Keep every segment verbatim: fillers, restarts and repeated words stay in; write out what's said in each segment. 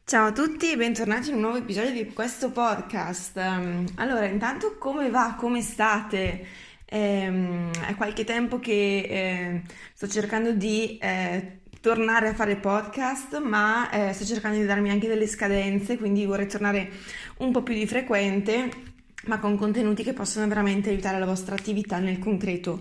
Ciao a tutti e bentornati in un nuovo episodio di questo podcast. Um, Allora, intanto come va? Come state? Ehm, è qualche tempo che eh, sto cercando di eh, tornare a fare podcast, ma eh, sto cercando di darmi anche delle scadenze, quindi vorrei tornare un po' più di frequente, ma con contenuti che possono veramente aiutare la vostra attività nel concreto.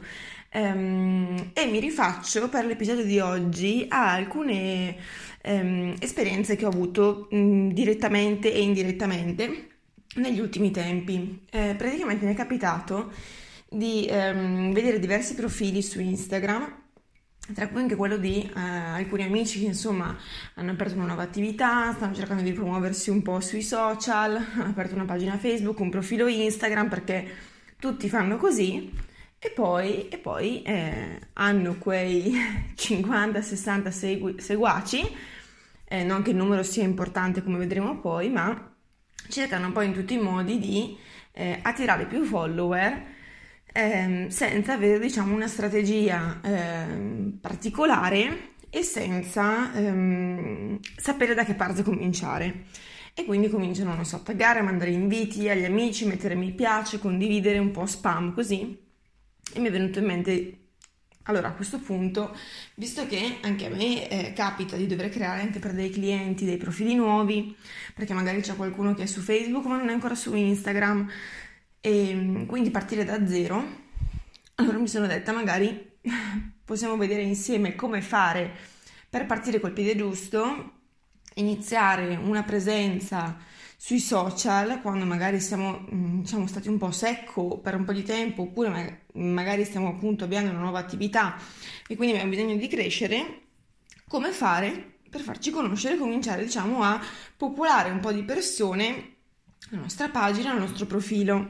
Ehm, e mi rifaccio per l'episodio di oggi a alcune ehm, esperienze che ho avuto mh, direttamente e indirettamente negli ultimi tempi. Eh, praticamente mi è capitato di ehm, vedere diversi profili su Instagram, tra cui anche quello di eh, alcuni amici che insomma hanno aperto una nuova attività, stanno cercando di promuoversi un po' sui social, hanno aperto una pagina Facebook, un profilo Instagram, perché tutti fanno così. E poi, e poi eh, hanno quei cinquanta sessanta segui- seguaci, eh, non che il numero sia importante come vedremo poi, ma cercano poi in tutti i modi di eh, attirare più follower ehm, senza avere, diciamo, una strategia ehm, particolare e senza ehm, sapere da che parte cominciare. E quindi cominciano, non so, a taggare, a mandare inviti agli amici, mettere mi piace, condividere un po' spam così. E mi è venuto in mente, allora a questo punto, visto che anche a me eh, capita di dover creare anche per dei clienti dei profili nuovi, perché magari c'è qualcuno che è su Facebook ma non è ancora su Instagram, e mm, quindi partire da zero, allora mi sono detta magari possiamo vedere insieme come fare per partire col piede giusto, iniziare una presenza sui social quando magari siamo, mh, siamo stati un po' secco per un po' di tempo, oppure ma- magari stiamo appunto avviando una nuova attività e quindi abbiamo bisogno di crescere. Come fare per farci conoscere, cominciare, diciamo, a popolare un po' di persone la nostra pagina, il nostro profilo.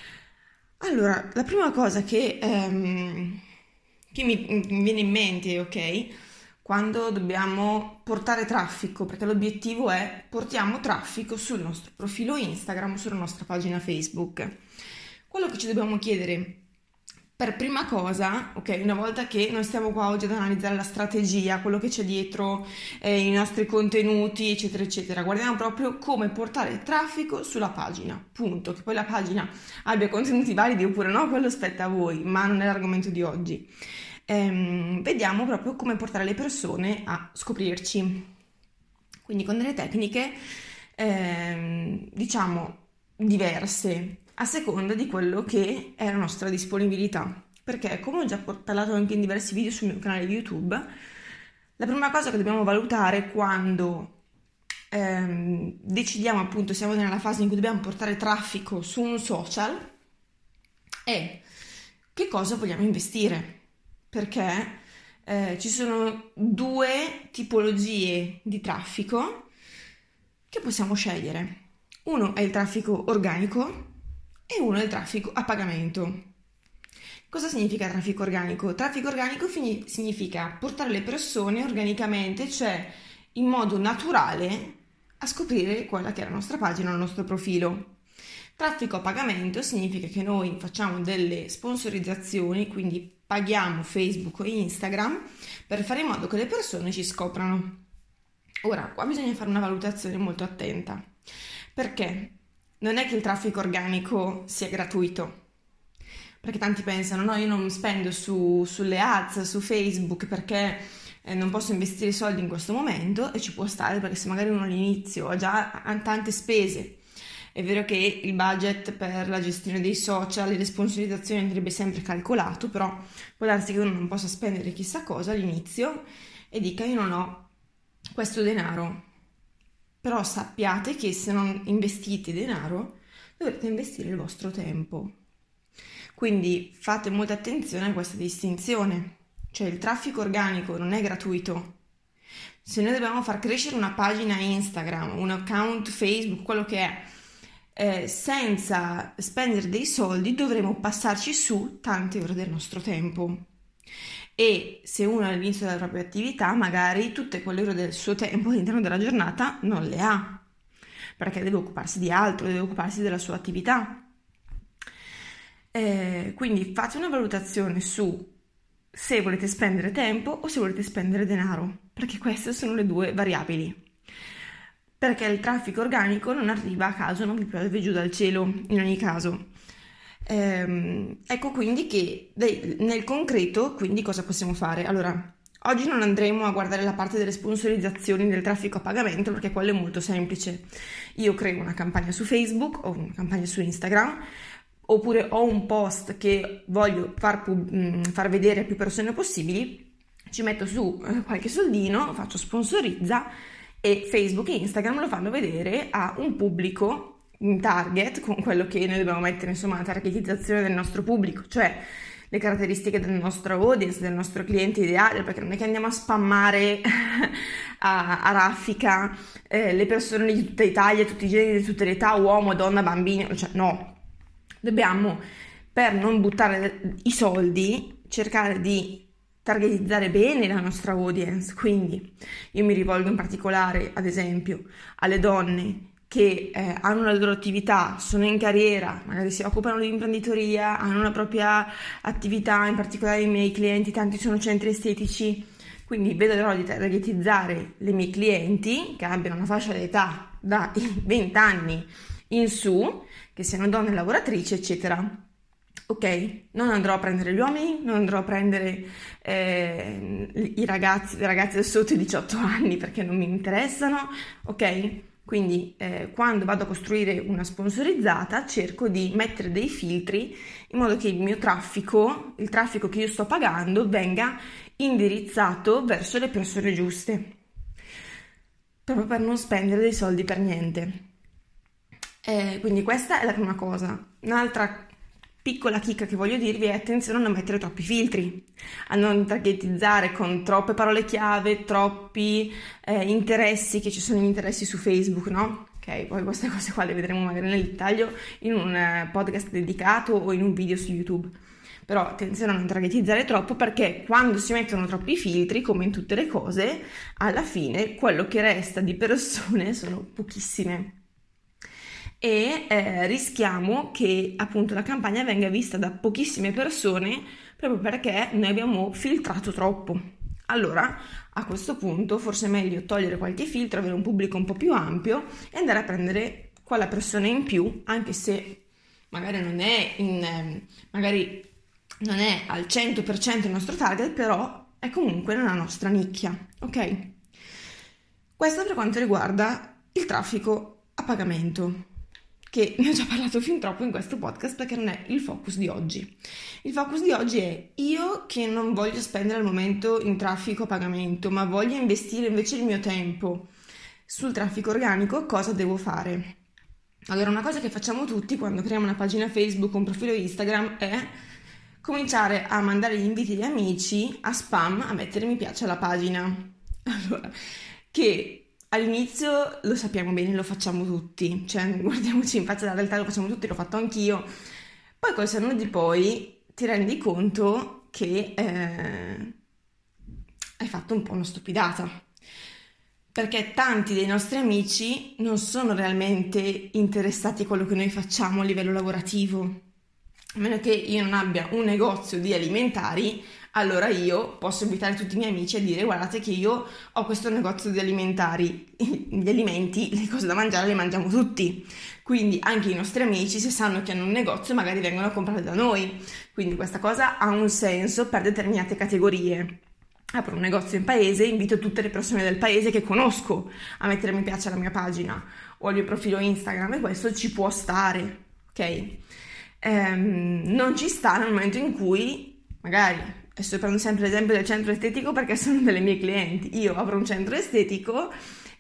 Allora, la prima cosa che, ehm, che mi, mi viene in mente, ok, quando dobbiamo portare traffico, perché l'obiettivo è portiamo traffico sul nostro profilo Instagram, sulla nostra pagina Facebook. Quello che ci dobbiamo chiedere per prima cosa, ok, una volta che non stiamo qua oggi ad analizzare la strategia, quello che c'è dietro, eh, i nostri contenuti, eccetera, eccetera, guardiamo proprio come portare traffico sulla pagina, punto. Che poi la pagina abbia contenuti validi oppure no, quello spetta a voi, ma non è l'argomento di oggi. Ehm, vediamo proprio come portare le persone a scoprirci. Quindi con delle tecniche, ehm, diciamo, diverse a seconda di quello che è la nostra disponibilità. Perché, come ho già parlato anche in diversi video sul mio canale YouTube, la prima cosa che dobbiamo valutare quando ehm, decidiamo, appunto, siamo nella fase in cui dobbiamo portare traffico su un social, è che cosa vogliamo investire. Perché eh, ci sono due tipologie di traffico che possiamo scegliere. Uno è il traffico organico e uno è il traffico a pagamento. Cosa significa traffico organico? Traffico organico fini- significa portare le persone organicamente, cioè in modo naturale, a scoprire quella che è la nostra pagina, il nostro profilo. Traffico a pagamento significa che noi facciamo delle sponsorizzazioni, quindi paghiamo Facebook o Instagram per fare in modo che le persone ci scoprano. Ora, qua bisogna fare una valutazione molto attenta, perché non è che il traffico organico sia gratuito, perché tanti pensano, no, io non spendo su, sulle ads, su Facebook, perché eh, non posso investire soldi in questo momento, e ci può stare, perché se magari uno all'inizio ha già ha tante spese. È vero che il budget per la gestione dei social e le sponsorizzazioni andrebbe sempre calcolato, però può darsi che uno non possa spendere chissà cosa all'inizio e dica io non ho questo denaro. Però sappiate che se non investite denaro dovrete investire il vostro tempo. Quindi fate molta attenzione a questa distinzione, cioè il traffico organico non è gratuito. Se noi dobbiamo far crescere una pagina Instagram, un account Facebook, quello che è, eh, senza spendere dei soldi, dovremo passarci su tante ore del nostro tempo. E se uno all'inizio della propria attività, magari tutte quelle ore del suo tempo all'interno della giornata non le ha, perché deve occuparsi di altro, deve occuparsi della sua attività. Eh, quindi fate una valutazione su se volete spendere tempo o se volete spendere denaro, perché queste sono le due variabili. perché il traffico organico non arriva a caso, non vi piove giù dal cielo in ogni caso. Ehm, ecco quindi che dei- nel concreto, quindi cosa possiamo fare? Allora, oggi non andremo a guardare la parte delle sponsorizzazioni del traffico a pagamento perché quello è molto semplice. Io creo una campagna su Facebook o una campagna su Instagram, oppure ho un post che voglio far, pub- mh, far vedere a più persone possibili, ci metto su eh, qualche soldino, faccio sponsorizza e Facebook e Instagram lo fanno vedere a un pubblico in target con quello che noi dobbiamo mettere, insomma, la targetizzazione del nostro pubblico, cioè le caratteristiche del nostro audience, del nostro cliente ideale, perché non è che andiamo a spammare a, a raffica eh, le persone di tutta Italia, tutti i generi, di tutte le età, uomo, donna, bambini, cioè no, dobbiamo, per non buttare i soldi, cercare di targetizzare bene la nostra audience. Quindi io mi rivolgo in particolare, ad esempio, alle donne che eh, hanno la loro attività, sono in carriera, magari si occupano di imprenditoria, hanno una propria attività, in particolare i miei clienti, tanti sono centri estetici, quindi vedrò di targetizzare le mie clienti che abbiano una fascia d'età dai venti anni in su, che siano donne lavoratrici, eccetera. Ok, non andrò a prendere gli uomini, non andrò a prendere eh, i ragazzi, le ragazze sotto i diciotto anni perché non mi interessano, ok? Quindi eh, quando vado a costruire una sponsorizzata cerco di mettere dei filtri in modo che il mio traffico, il traffico che io sto pagando, venga indirizzato verso le persone giuste, proprio per non spendere dei soldi per niente. Eh, quindi questa è la prima cosa. Un'altra piccola chicca che voglio dirvi è attenzione a non mettere troppi filtri, a non targetizzare con troppe parole chiave, troppi eh, interessi, che ci sono gli interessi su Facebook, no? Ok, poi queste cose qua le vedremo magari nel dettaglio in un eh, podcast dedicato o in un video su YouTube. Però attenzione a non targetizzare troppo perché quando si mettono troppi filtri, come in tutte le cose, alla fine quello che resta di persone sono pochissime. E eh, rischiamo che appunto la campagna venga vista da pochissime persone proprio perché noi abbiamo filtrato troppo. Allora, a questo punto forse è meglio togliere qualche filtro, avere un pubblico un po' più ampio e andare a prendere quella persona in più, anche se magari non è in, eh, magari non è al cento per cento il nostro target, però è comunque nella nostra nicchia, ok? Questo per quanto riguarda il traffico a pagamento, che ne ho già parlato fin troppo in questo podcast perché non è il focus di oggi. Il focus di oggi è io che non voglio spendere al momento in traffico a pagamento, ma voglio investire invece il mio tempo sul traffico organico, cosa devo fare? Allora, una cosa che facciamo tutti quando creiamo una pagina Facebook o un profilo Instagram è cominciare a mandare gli inviti agli amici a spam a mettere mi piace alla pagina. Allora, che all'inizio lo sappiamo bene, lo facciamo tutti, cioè guardiamoci in faccia, la realtà lo facciamo tutti, l'ho fatto anch'io. Poi col senno di poi ti rendi conto che eh, hai fatto un po' una stupidata, perché tanti dei nostri amici non sono realmente interessati a quello che noi facciamo a livello lavorativo. A meno che io non abbia un negozio di alimentari, allora io posso invitare tutti i miei amici a dire guardate che io ho questo negozio di alimentari, gli alimenti, le cose da mangiare le mangiamo tutti, quindi anche i nostri amici se sanno che hanno un negozio magari vengono a comprare da noi, quindi questa cosa ha un senso per determinate categorie. Apro un negozio in paese, invito tutte le persone del paese che conosco a mettere mi piace alla mia pagina o al mio profilo Instagram e questo ci può stare, ok? Ehm, non ci sta nel momento in cui magari, adesso prendo sempre l'esempio del centro estetico perché sono delle mie clienti, io apro un centro estetico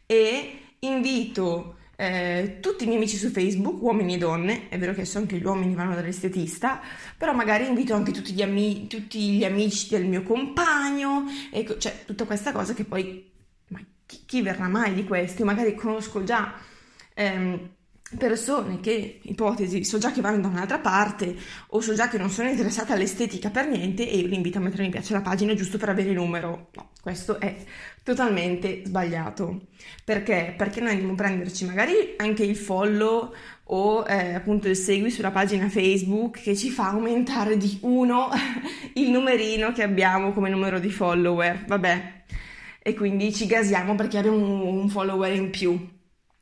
e invito eh, tutti i miei amici su Facebook, uomini e donne, è vero che so anche gli uomini vanno dall'estetista, però magari invito anche tutti gli, ami- tutti gli amici del mio compagno, ecco, cioè tutta questa cosa che poi, ma chi, chi verrà mai di questi? Io magari conosco già ehm, persone che, ipotesi, so già che vanno da un'altra parte o so già che non sono interessate all'estetica per niente e io li invito a mettere mi piace alla pagina giusto per avere il numero. No, questo è totalmente sbagliato. Perché? Perché noi andiamo a prenderci magari anche il follow o eh, appunto il segui sulla pagina Facebook che ci fa aumentare di uno il numerino che abbiamo come numero di follower, vabbè, e quindi ci gasiamo perché abbiamo un follower in più.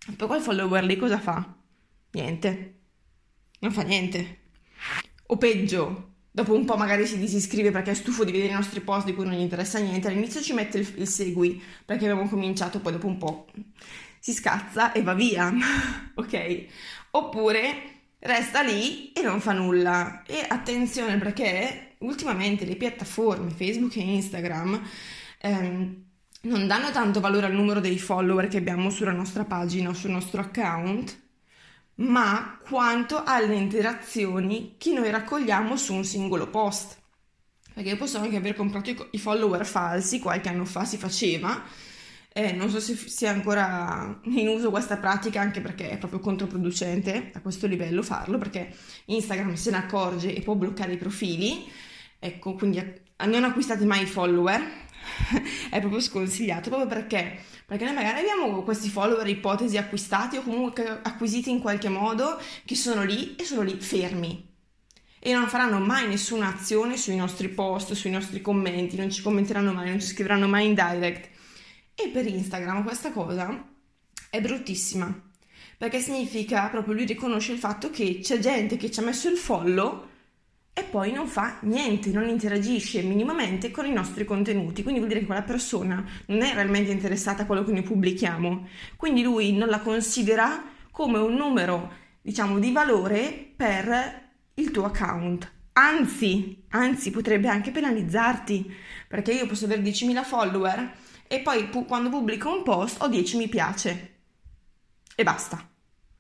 Poi quel follower lì cosa fa? Niente, non fa niente. O peggio, dopo un po' magari si disiscrive perché è stufo di vedere i nostri post di cui non gli interessa niente. All'inizio ci mette il, il segui perché abbiamo cominciato, poi dopo un po' si scazza e va via, ok? Oppure resta lì e non fa nulla. E attenzione, perché ultimamente le piattaforme Facebook e Instagram ehm, non danno tanto valore al numero dei follower che abbiamo sulla nostra pagina o sul nostro account, ma quanto alle interazioni che noi raccogliamo su un singolo post. Perché io posso anche aver comprato i, i follower falsi, qualche anno fa si faceva, eh, non so se sia ancora in uso questa pratica, anche perché è proprio controproducente a questo livello farlo, perché Instagram se ne accorge e può bloccare i profili. Ecco, quindi non acquistate mai i follower, è proprio sconsigliato, proprio perché perché noi magari abbiamo questi follower ipotesi acquistati o comunque acquisiti in qualche modo, che sono lì e sono lì fermi e non faranno mai nessuna azione sui nostri post, sui nostri commenti, non ci commenteranno mai, non ci scriveranno mai in direct. E per Instagram questa cosa è bruttissima, perché significa proprio, lui riconosce il fatto che c'è gente che ci ha messo il follow e poi non fa niente, non interagisce minimamente con i nostri contenuti, quindi vuol dire che quella persona non è realmente interessata a quello che noi pubblichiamo, quindi lui non la considera come un numero, diciamo, di valore per il tuo account. Anzi, anzi, potrebbe anche penalizzarti, perché io posso avere diecimila follower e poi pu- quando pubblico un post ho dieci mi piace e basta.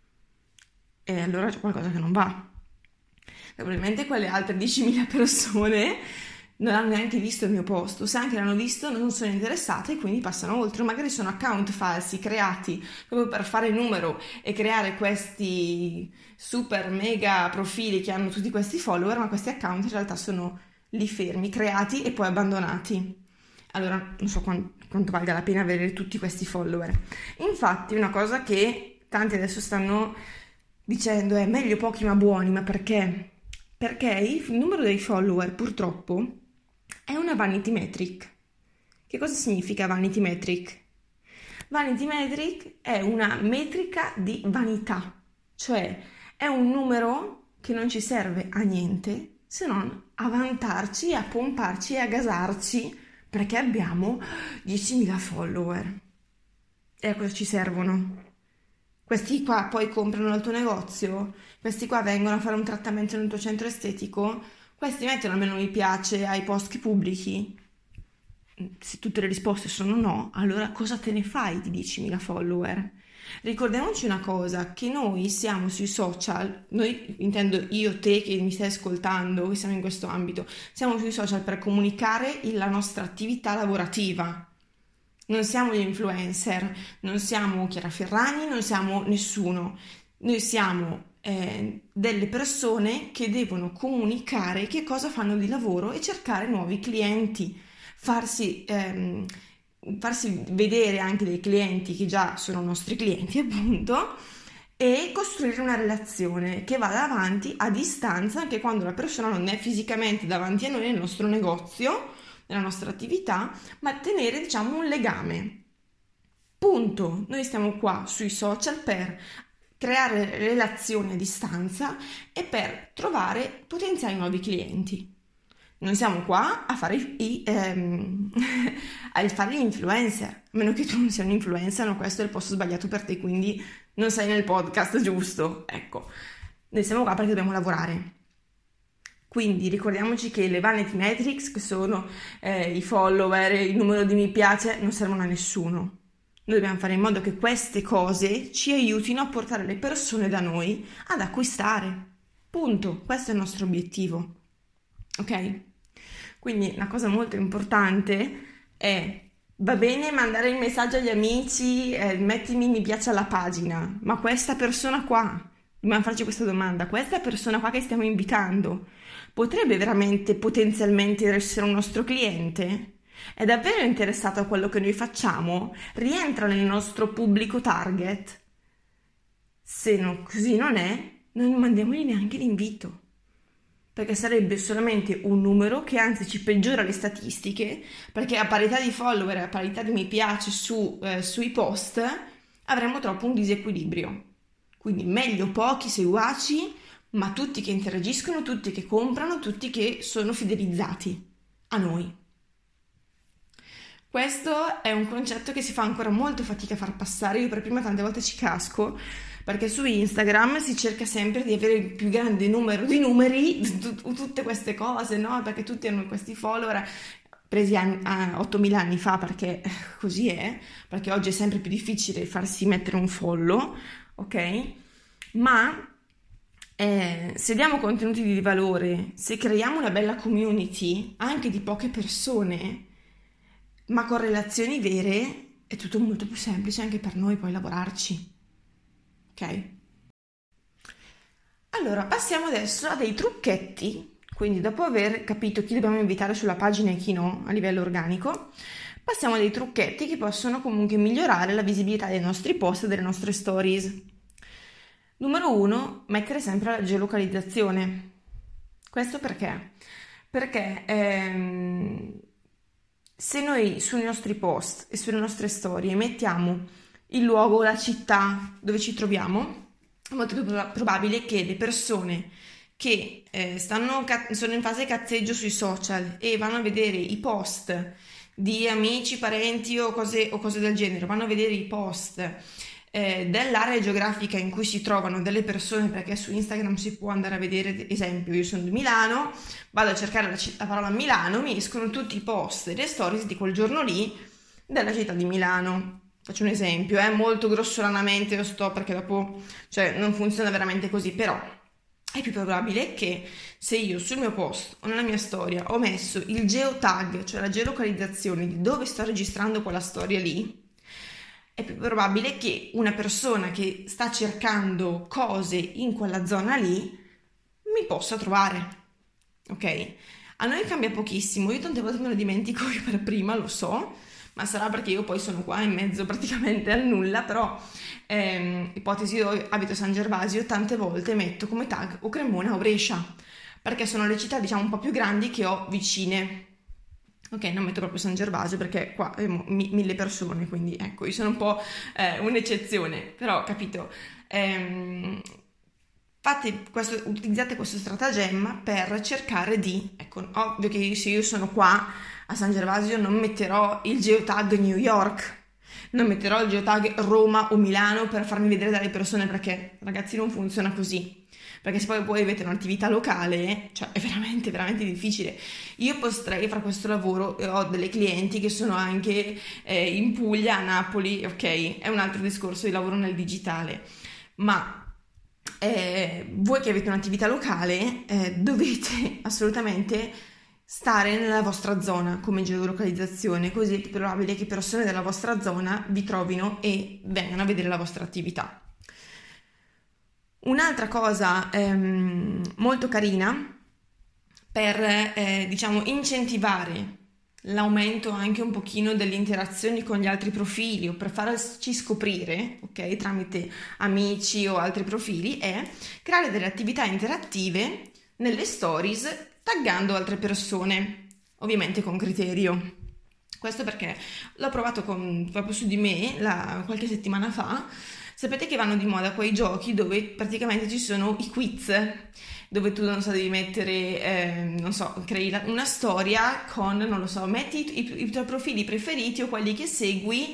E allora c'è qualcosa che non va. Probabilmente quelle altre diecimila persone non hanno neanche visto il mio post, o se anche l'hanno visto non sono interessate e quindi passano oltre. Magari sono account falsi creati proprio per fare numero e creare questi super mega profili che hanno tutti questi follower, ma questi account in realtà sono lì fermi, creati e poi abbandonati. Allora non so quanto, quanto valga la pena avere tutti questi follower. Infatti una cosa che tanti adesso stanno dicendo è meglio pochi ma buoni, ma perché? Perché il numero dei follower purtroppo è una vanity metric. Che cosa significa vanity metric? Vanity metric è una metrica di vanità, cioè è un numero che non ci serve a niente se non a vantarci, a pomparci e a gasarci perché abbiamo diecimila follower. E a cosa ci servono? Questi qua poi comprano il tuo negozio, questi qua vengono a fare un trattamento nel tuo centro estetico, questi mettono almeno mi piace ai post che pubblichi. Se tutte le risposte sono no, allora cosa te ne fai di diecimila follower? Ricordiamoci una cosa, che noi siamo sui social, noi intendo io, te che mi stai ascoltando, che siamo in questo ambito, siamo sui social per comunicare la nostra attività lavorativa. Non siamo gli influencer, non siamo Chiara Ferragni, non siamo nessuno. Noi siamo eh, delle persone che devono comunicare che cosa fanno di lavoro e cercare nuovi clienti, farsi, ehm, farsi vedere anche dei clienti che già sono nostri clienti, appunto, e costruire una relazione che vada avanti a distanza anche quando la persona non è fisicamente davanti a noi nel nostro negozio, nella nostra attività, ma tenere, diciamo, un legame. Punto. Noi stiamo qua sui social per creare relazioni a distanza e per trovare potenziali nuovi clienti. Non siamo qua a fare i, i, ehm, a fare gli influencer, a meno che tu non sia un influencer, no, questo è il posto sbagliato per te, quindi non sei nel podcast giusto. Ecco, noi siamo qua perché dobbiamo lavorare. Quindi ricordiamoci che le vanity metrics, che sono eh, i follower, il numero di mi piace, non servono a nessuno. Noi dobbiamo fare in modo che queste cose ci aiutino a portare le persone da noi ad acquistare. Punto. Questo è il nostro obiettivo. Ok? Quindi una cosa molto importante è: va bene mandare il messaggio agli amici, eh, mettimi mi piace alla pagina, ma questa persona qua, dobbiamo farci questa domanda, questa persona qua che stiamo invitando potrebbe veramente potenzialmente essere un nostro cliente? È davvero interessato a quello che noi facciamo? Rientra nel nostro pubblico target? Se non, così non è, non mandiamogli neanche l'invito, perché sarebbe solamente un numero che anzi ci peggiora le statistiche, perché a parità di follower, a parità di mi piace su, eh, sui post, avremo troppo un disequilibrio. Quindi meglio pochi seguaci, ma tutti che interagiscono, tutti che comprano, tutti che sono fidelizzati a noi. Questo è un concetto che si fa ancora molto fatica a far passare. Io per prima tante volte ci casco, perché su Instagram si cerca sempre di avere il più grande numero di numeri, t- tutte queste cose, no? Perché tutti hanno questi follower presi a, a ottomila anni fa, perché così è, perché oggi è sempre più difficile farsi mettere un follow, ok? Ma eh, se diamo contenuti di valore, se creiamo una bella community, anche di poche persone, ma con relazioni vere, è tutto molto più semplice anche per noi poi lavorarci. Ok? Allora, passiamo adesso a dei trucchetti. Quindi dopo aver capito chi dobbiamo invitare sulla pagina e chi no a livello organico, passiamo a dei trucchetti che possono comunque migliorare la visibilità dei nostri post e delle nostre stories. Numero uno, mettere sempre la geolocalizzazione. Questo perché? Perché ehm, se noi sui nostri post e sulle nostre storie mettiamo il luogo, la città dove ci troviamo, è molto più prob- probabile che le persone che eh, stanno ca- sono in fase cazzeggio sui social e vanno a vedere i post di amici, parenti o cose, o cose del genere, vanno a vedere i post eh, dell'area geografica in cui si trovano delle persone, perché su Instagram si può andare a vedere, ad esempio, io sono di Milano, vado a cercare la, citt- la parola Milano, mi escono tutti i post e le stories di quel giorno lì della città di Milano. Faccio un esempio, eh, molto grossolanamente lo sto perché dopo, cioè, non funziona veramente così, però è più probabile che se io sul mio post o nella mia storia ho messo il geotag, cioè la geolocalizzazione di dove sto registrando quella storia lì, è più probabile che una persona che sta cercando cose in quella zona lì mi possa trovare, ok? A noi cambia pochissimo, io tante volte me lo dimentico io per prima, lo so, ma sarà perché io poi sono qua in mezzo praticamente al nulla, però ehm, ipotesi io abito a San Gervasio, tante volte metto come tag o Cremona o Brescia, perché sono le città diciamo un po' più grandi che ho vicine. Ok, non metto proprio San Gervasio perché qua abbiamo mi- mille persone, quindi ecco, io sono un po' eh, un'eccezione, però capito. Ehm, fate questo, utilizzate questo stratagemma per cercare di, ecco, ovvio che io- se io sono qua a San Gervasio non metterò il geotag New York, non metterò il geotag Roma o Milano per farmi vedere dalle persone, perché ragazzi non funziona così. Perché se poi voi avete un'attività locale, cioè è veramente, veramente difficile. Io postrei fare questo lavoro e ho delle clienti che sono anche eh, in Puglia, a Napoli, ok? È un altro discorso di lavoro nel digitale. Ma eh, voi che avete un'attività locale eh, dovete assolutamente stare nella vostra zona come geolocalizzazione, così è più probabile che persone della vostra zona vi trovino e vengano a vedere la vostra attività. Un'altra cosa ehm, molto carina per eh, diciamo incentivare l'aumento anche un pochino delle interazioni con gli altri profili o per farci scoprire, ok, tramite amici o altri profili, è creare delle attività interattive nelle stories taggando altre persone, ovviamente con criterio. Questo perché l'ho provato con, proprio su di me la, qualche settimana fa. Sapete che vanno di moda quei giochi dove praticamente ci sono i quiz, dove tu, non so, devi mettere, eh, non so, crei la- una storia con, non lo so, metti i, i- i tuoi profili preferiti o quelli che segui,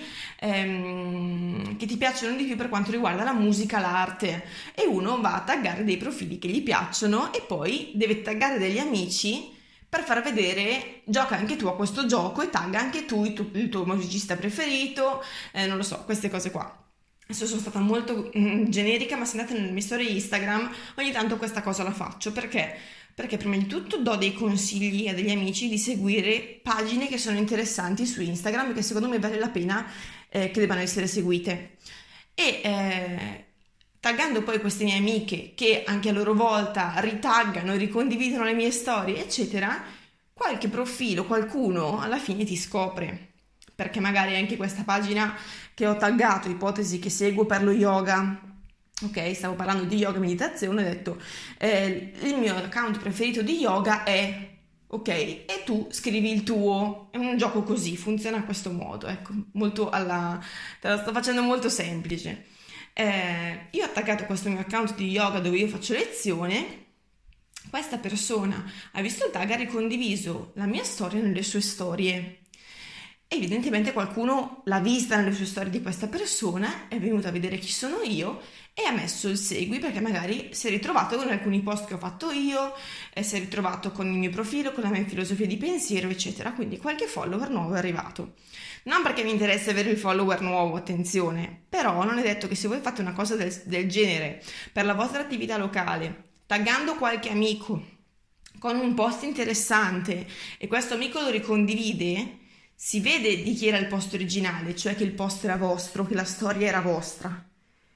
ehm, che ti piacciono di più per quanto riguarda la musica, l'arte, e uno va a taggare dei profili che gli piacciono e poi deve taggare degli amici per far vedere, gioca anche tu a questo gioco e tagga anche tu il tuo, il tuo musicista preferito, eh, non lo so, queste cose qua. Adesso sono stata molto mm, generica, ma se andate nelle mie storie Instagram, ogni tanto questa cosa la faccio. Perché? Perché prima di tutto do dei consigli a degli amici di seguire pagine che sono interessanti su Instagram e che secondo me vale la pena eh, che debbano essere seguite. E eh, taggando poi queste mie amiche che anche a loro volta ritaggano, ricondividono le mie storie, eccetera, qualche profilo, qualcuno alla fine ti scopre. Perché magari anche questa pagina che ho taggato, ipotesi che seguo per lo yoga, ok, stavo parlando di yoga e meditazione, ho detto eh, il mio account preferito di yoga è, ok? E tu scrivi il tuo. È un gioco così, funziona a questo modo, ecco, molto alla... te la sto facendo molto semplice. Eh, io ho attaccato questo mio account di yoga dove io faccio lezione. Questa persona ha visto il tag, ha ricondiviso la mia storia nelle sue storie. Evidentemente qualcuno l'ha vista nelle sue storie di questa persona, è venuto a vedere chi sono io e ha messo il segui perché magari si è ritrovato con alcuni post che ho fatto io, e si è ritrovato con il mio profilo, con la mia filosofia di pensiero, eccetera. Quindi qualche follower nuovo è arrivato. Non perché mi interessa avere il follower nuovo, attenzione, però non è detto che se voi fate una cosa del, del genere per la vostra attività locale, taggando qualche amico con un post interessante e questo amico lo ricondivide, si vede di chi era il post originale, cioè che il post era vostro, che la storia era vostra.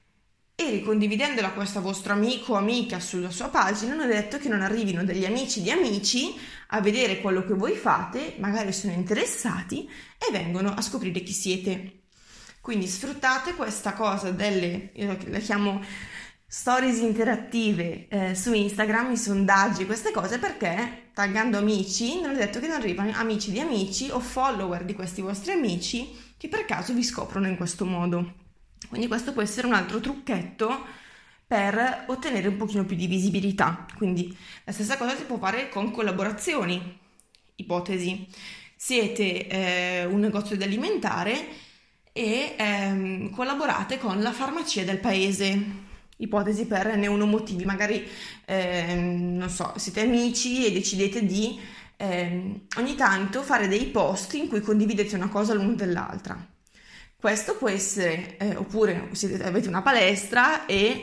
E ricondividendola a questo vostro amico o amica sulla sua pagina, non è detto che non arrivino degli amici di amici a vedere quello che voi fate, magari sono interessati e vengono a scoprire chi siete. Quindi sfruttate questa cosa delle, io la chiamo stories interattive eh, su Instagram, i sondaggi, queste cose, perché taggando amici non è detto che non arrivano amici di amici o follower di questi vostri amici che per caso vi scoprono in questo modo. Quindi questo può essere un altro trucchetto per ottenere un pochino più di visibilità. Quindi la stessa cosa si può fare con collaborazioni. Ipotesi: siete eh, un negozio di alimentare e ehm, collaborate con la farmacia del paese. Ipotesi per ne uno motivi, magari ehm, non so, siete amici e decidete di ehm, ogni tanto fare dei post in cui condividete una cosa l'uno dell'altra. Questo può essere, eh, oppure siete, avete una palestra e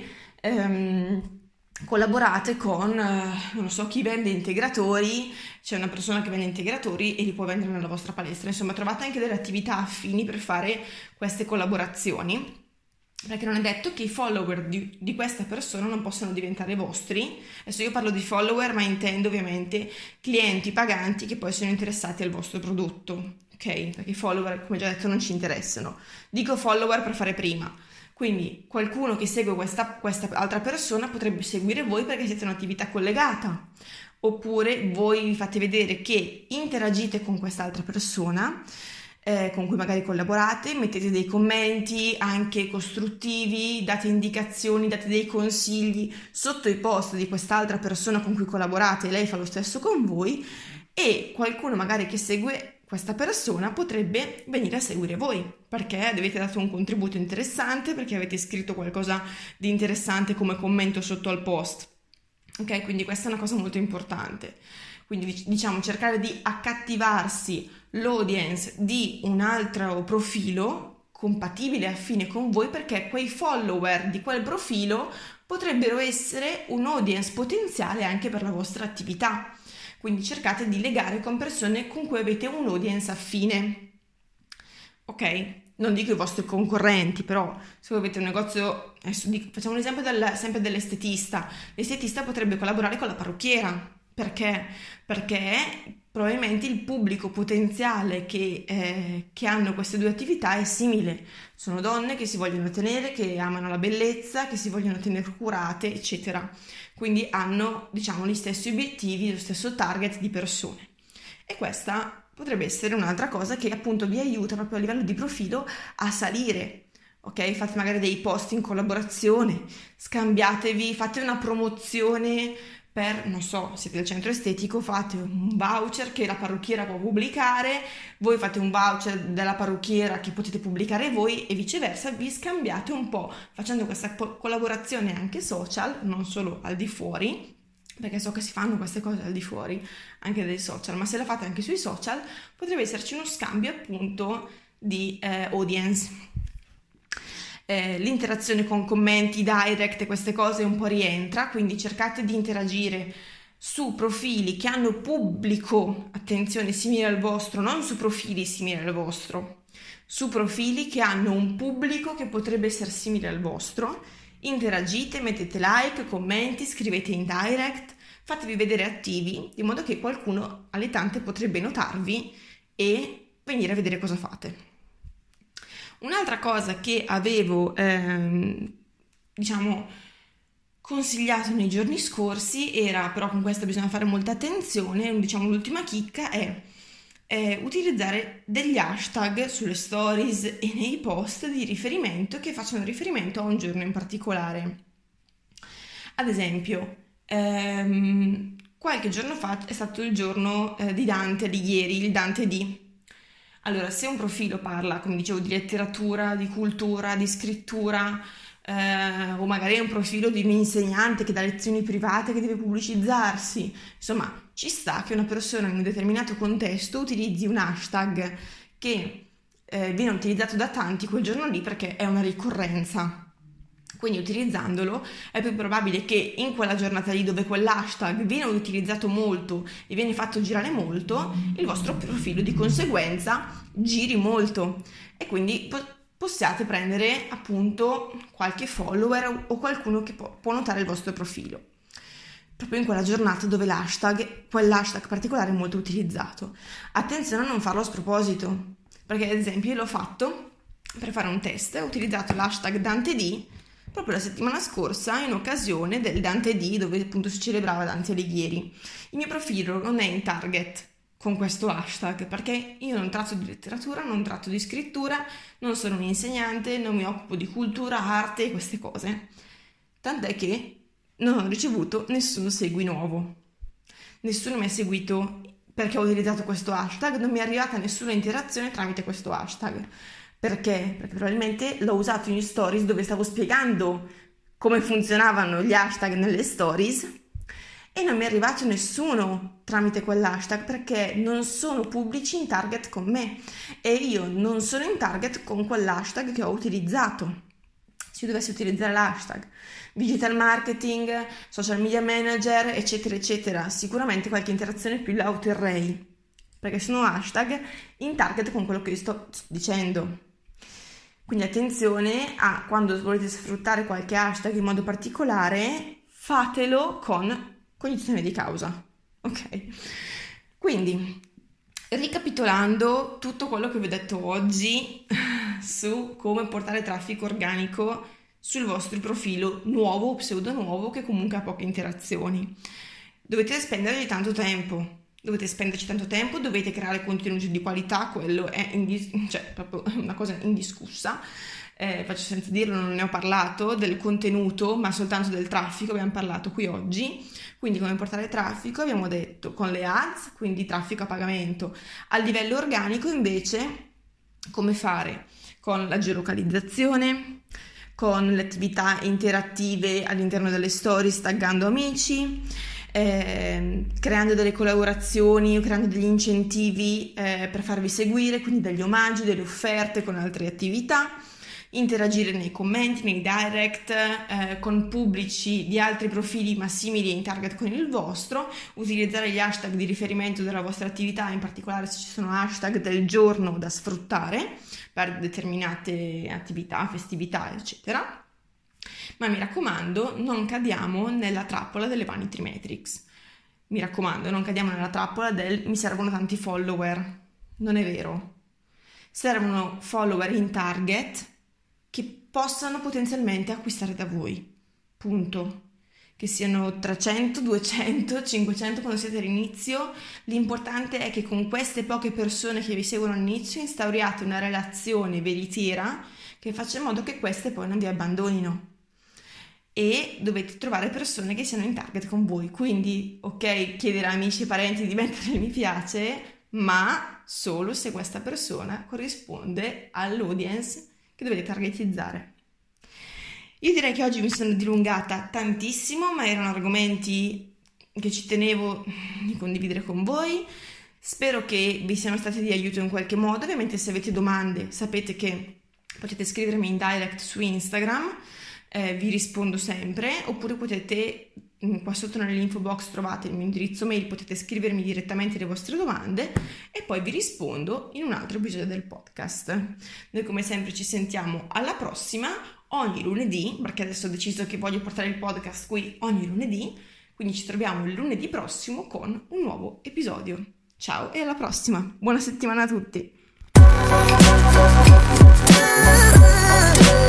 ehm, collaborate con, eh, non so, chi vende integratori, c'è una persona che vende integratori e li può vendere nella vostra palestra. Insomma, trovate anche delle attività affini per fare queste collaborazioni, perché non è detto che i follower di, di questa persona non possano diventare vostri. Adesso io parlo di follower, ma intendo ovviamente clienti paganti che poi sono interessati al vostro prodotto. Ok, perché i follower, come già detto, non ci interessano. Dico follower per fare prima. Quindi qualcuno che segue questa, questa altra persona potrebbe seguire voi perché siete un'attività collegata. Oppure voi vi fate vedere che interagite con quest'altra persona, eh, con cui magari collaborate, mettete dei commenti anche costruttivi, date indicazioni, date dei consigli sotto i post di quest'altra persona con cui collaborate e lei fa lo stesso con voi, e qualcuno magari che segue questa persona potrebbe venire a seguire voi perché avete dato un contributo interessante, perché avete scritto qualcosa di interessante come commento sotto al post. Ok, quindi questa è una cosa molto importante. Quindi diciamo cercare di accattivarsi l'audience di un altro profilo compatibile e affine con voi, perché quei follower di quel profilo potrebbero essere un audience potenziale anche per la vostra attività. Quindi cercate di legare con persone con cui avete un audience affine. Ok? Non dico i vostri concorrenti, però se voi avete un negozio, adesso dico, facciamo un esempio del, sempre dell'estetista. L'estetista potrebbe collaborare con la parrucchiera. Perché? Perché probabilmente il pubblico potenziale che, eh, che hanno queste due attività è simile. Sono donne che si vogliono tenere, che amano la bellezza, che si vogliono tenere curate, eccetera. Quindi hanno, diciamo, gli stessi obiettivi, lo stesso target di persone. E questa potrebbe essere un'altra cosa che appunto vi aiuta proprio a livello di profilo a salire. Ok? Fate magari dei post in collaborazione, scambiatevi, fate una promozione per, non so, siete del centro estetico, fate un voucher che la parrucchiera può pubblicare, voi fate un voucher della parrucchiera che potete pubblicare voi e viceversa, vi scambiate un po' facendo questa po- collaborazione anche social, non solo al di fuori, perché so che si fanno queste cose al di fuori anche dai social, ma se la fate anche sui social potrebbe esserci uno scambio appunto di eh, audience. Eh, l'interazione con commenti, direct e queste cose un po' rientra, quindi cercate di interagire su profili che hanno pubblico, attenzione, simile al vostro, non su profili simili al vostro, su profili che hanno un pubblico che potrebbe essere simile al vostro. Interagite, mettete like, commenti, scrivete in direct, fatevi vedere attivi, di modo che qualcuno alle tante potrebbe notarvi e venire a vedere cosa fate. Un'altra cosa che avevo, ehm, diciamo, consigliato nei giorni scorsi era, però con questo bisogna fare molta attenzione, diciamo l'ultima chicca è, è utilizzare degli hashtag sulle stories e nei post di riferimento che facciano riferimento a un giorno in particolare. Ad esempio, ehm, qualche giorno fa è stato il giorno eh, di Dante, di ieri, il Dante di. Allora, se un profilo parla, come dicevo, di letteratura, di cultura, di scrittura, eh, o magari è un profilo di un insegnante che dà lezioni private che deve pubblicizzarsi, insomma, ci sta che una persona in un determinato contesto utilizzi un hashtag che eh, viene utilizzato da tanti quel giorno lì perché è una ricorrenza. Quindi utilizzandolo è più probabile che in quella giornata lì dove quell'hashtag viene utilizzato molto e viene fatto girare molto, il vostro profilo di conseguenza giri molto e quindi po- possiate prendere appunto qualche follower o qualcuno che po- può notare il vostro profilo. Proprio in quella giornata dove l'hashtag, quell'hashtag particolare è molto utilizzato. Attenzione a non farlo a sproposito, perché ad esempio io l'ho fatto per fare un test, ho utilizzato l'hashtag DanteD proprio la settimana scorsa in occasione del Dante D, dove appunto si celebrava Dante Alighieri. Il mio profilo non è in target con questo hashtag perché io non tratto di letteratura, non tratto di scrittura, non sono un insegnante, non mi occupo di cultura, arte e queste cose. Tant'è che non ho ricevuto nessun segui nuovo. Nessuno mi ha seguito perché ho utilizzato questo hashtag, non mi è arrivata nessuna interazione tramite questo hashtag. Perché? Perché probabilmente l'ho usato in stories dove stavo spiegando come funzionavano gli hashtag nelle stories e non mi è arrivato nessuno tramite quell'hashtag perché non sono pubblici in target con me e io non sono in target con quell'hashtag che ho utilizzato. Se io dovessi utilizzare l'hashtag digital marketing, social media manager, eccetera, eccetera, sicuramente qualche interazione più la otterrei perché sono hashtag in target con quello che io sto dicendo. Quindi attenzione a quando volete sfruttare qualche hashtag in modo particolare, fatelo con cognizione di causa, ok? Quindi, ricapitolando tutto quello che vi ho detto oggi su come portare traffico organico sul vostro profilo nuovo o pseudo nuovo che comunque ha poche interazioni, dovete spendergli tanto tempo. Dovete spenderci tanto tempo, dovete creare contenuti di qualità, quello è indis- cioè, proprio una cosa indiscussa. Eh, faccio senza dirlo, non ne ho parlato del contenuto, ma soltanto del traffico abbiamo parlato qui oggi. Quindi come portare traffico abbiamo detto con le ads, quindi traffico a pagamento. A livello organico invece come fare? Con la geolocalizzazione, con le attività interattive all'interno delle stories, taggando amici, Eh, creando delle collaborazioni o creando degli incentivi eh, per farvi seguire, quindi degli omaggi, delle offerte con altre attività, interagire nei commenti, nei direct, eh, con pubblici di altri profili ma simili in target con il vostro, utilizzare gli hashtag di riferimento della vostra attività, in particolare se ci sono hashtag del giorno da sfruttare per determinate attività, festività, eccetera. Ma mi raccomando, non cadiamo nella trappola delle vanity metrics. Mi raccomando, non cadiamo nella trappola del mi servono tanti follower. Non è vero. Servono follower in target che possano potenzialmente acquistare da voi. Punto. Che siano trecento, duecento, cinquecento quando siete all'inizio. L'importante è che con queste poche persone che vi seguono all'inizio instauriate una relazione veritiera che faccia in modo che queste poi non vi abbandonino. E dovete trovare persone che siano in target con voi, quindi ok chiedere a amici e parenti di mettere il mi piace, ma solo se questa persona corrisponde all'audience che dovete targetizzare. Io direi che oggi mi sono dilungata tantissimo, ma erano argomenti che ci tenevo di condividere con voi. Spero che vi siano stati di aiuto in qualche modo. Ovviamente se avete domande sapete che potete scrivermi in direct su Instagram. Eh, vi rispondo sempre, oppure potete, qua sotto nell'info box trovate il mio indirizzo mail, potete scrivermi direttamente le vostre domande e poi vi rispondo in un altro episodio del podcast. Noi come sempre ci sentiamo alla prossima, ogni lunedì, perché adesso ho deciso che voglio portare il podcast qui ogni lunedì, quindi ci troviamo il lunedì prossimo con un nuovo episodio. Ciao e alla prossima, buona settimana a tutti!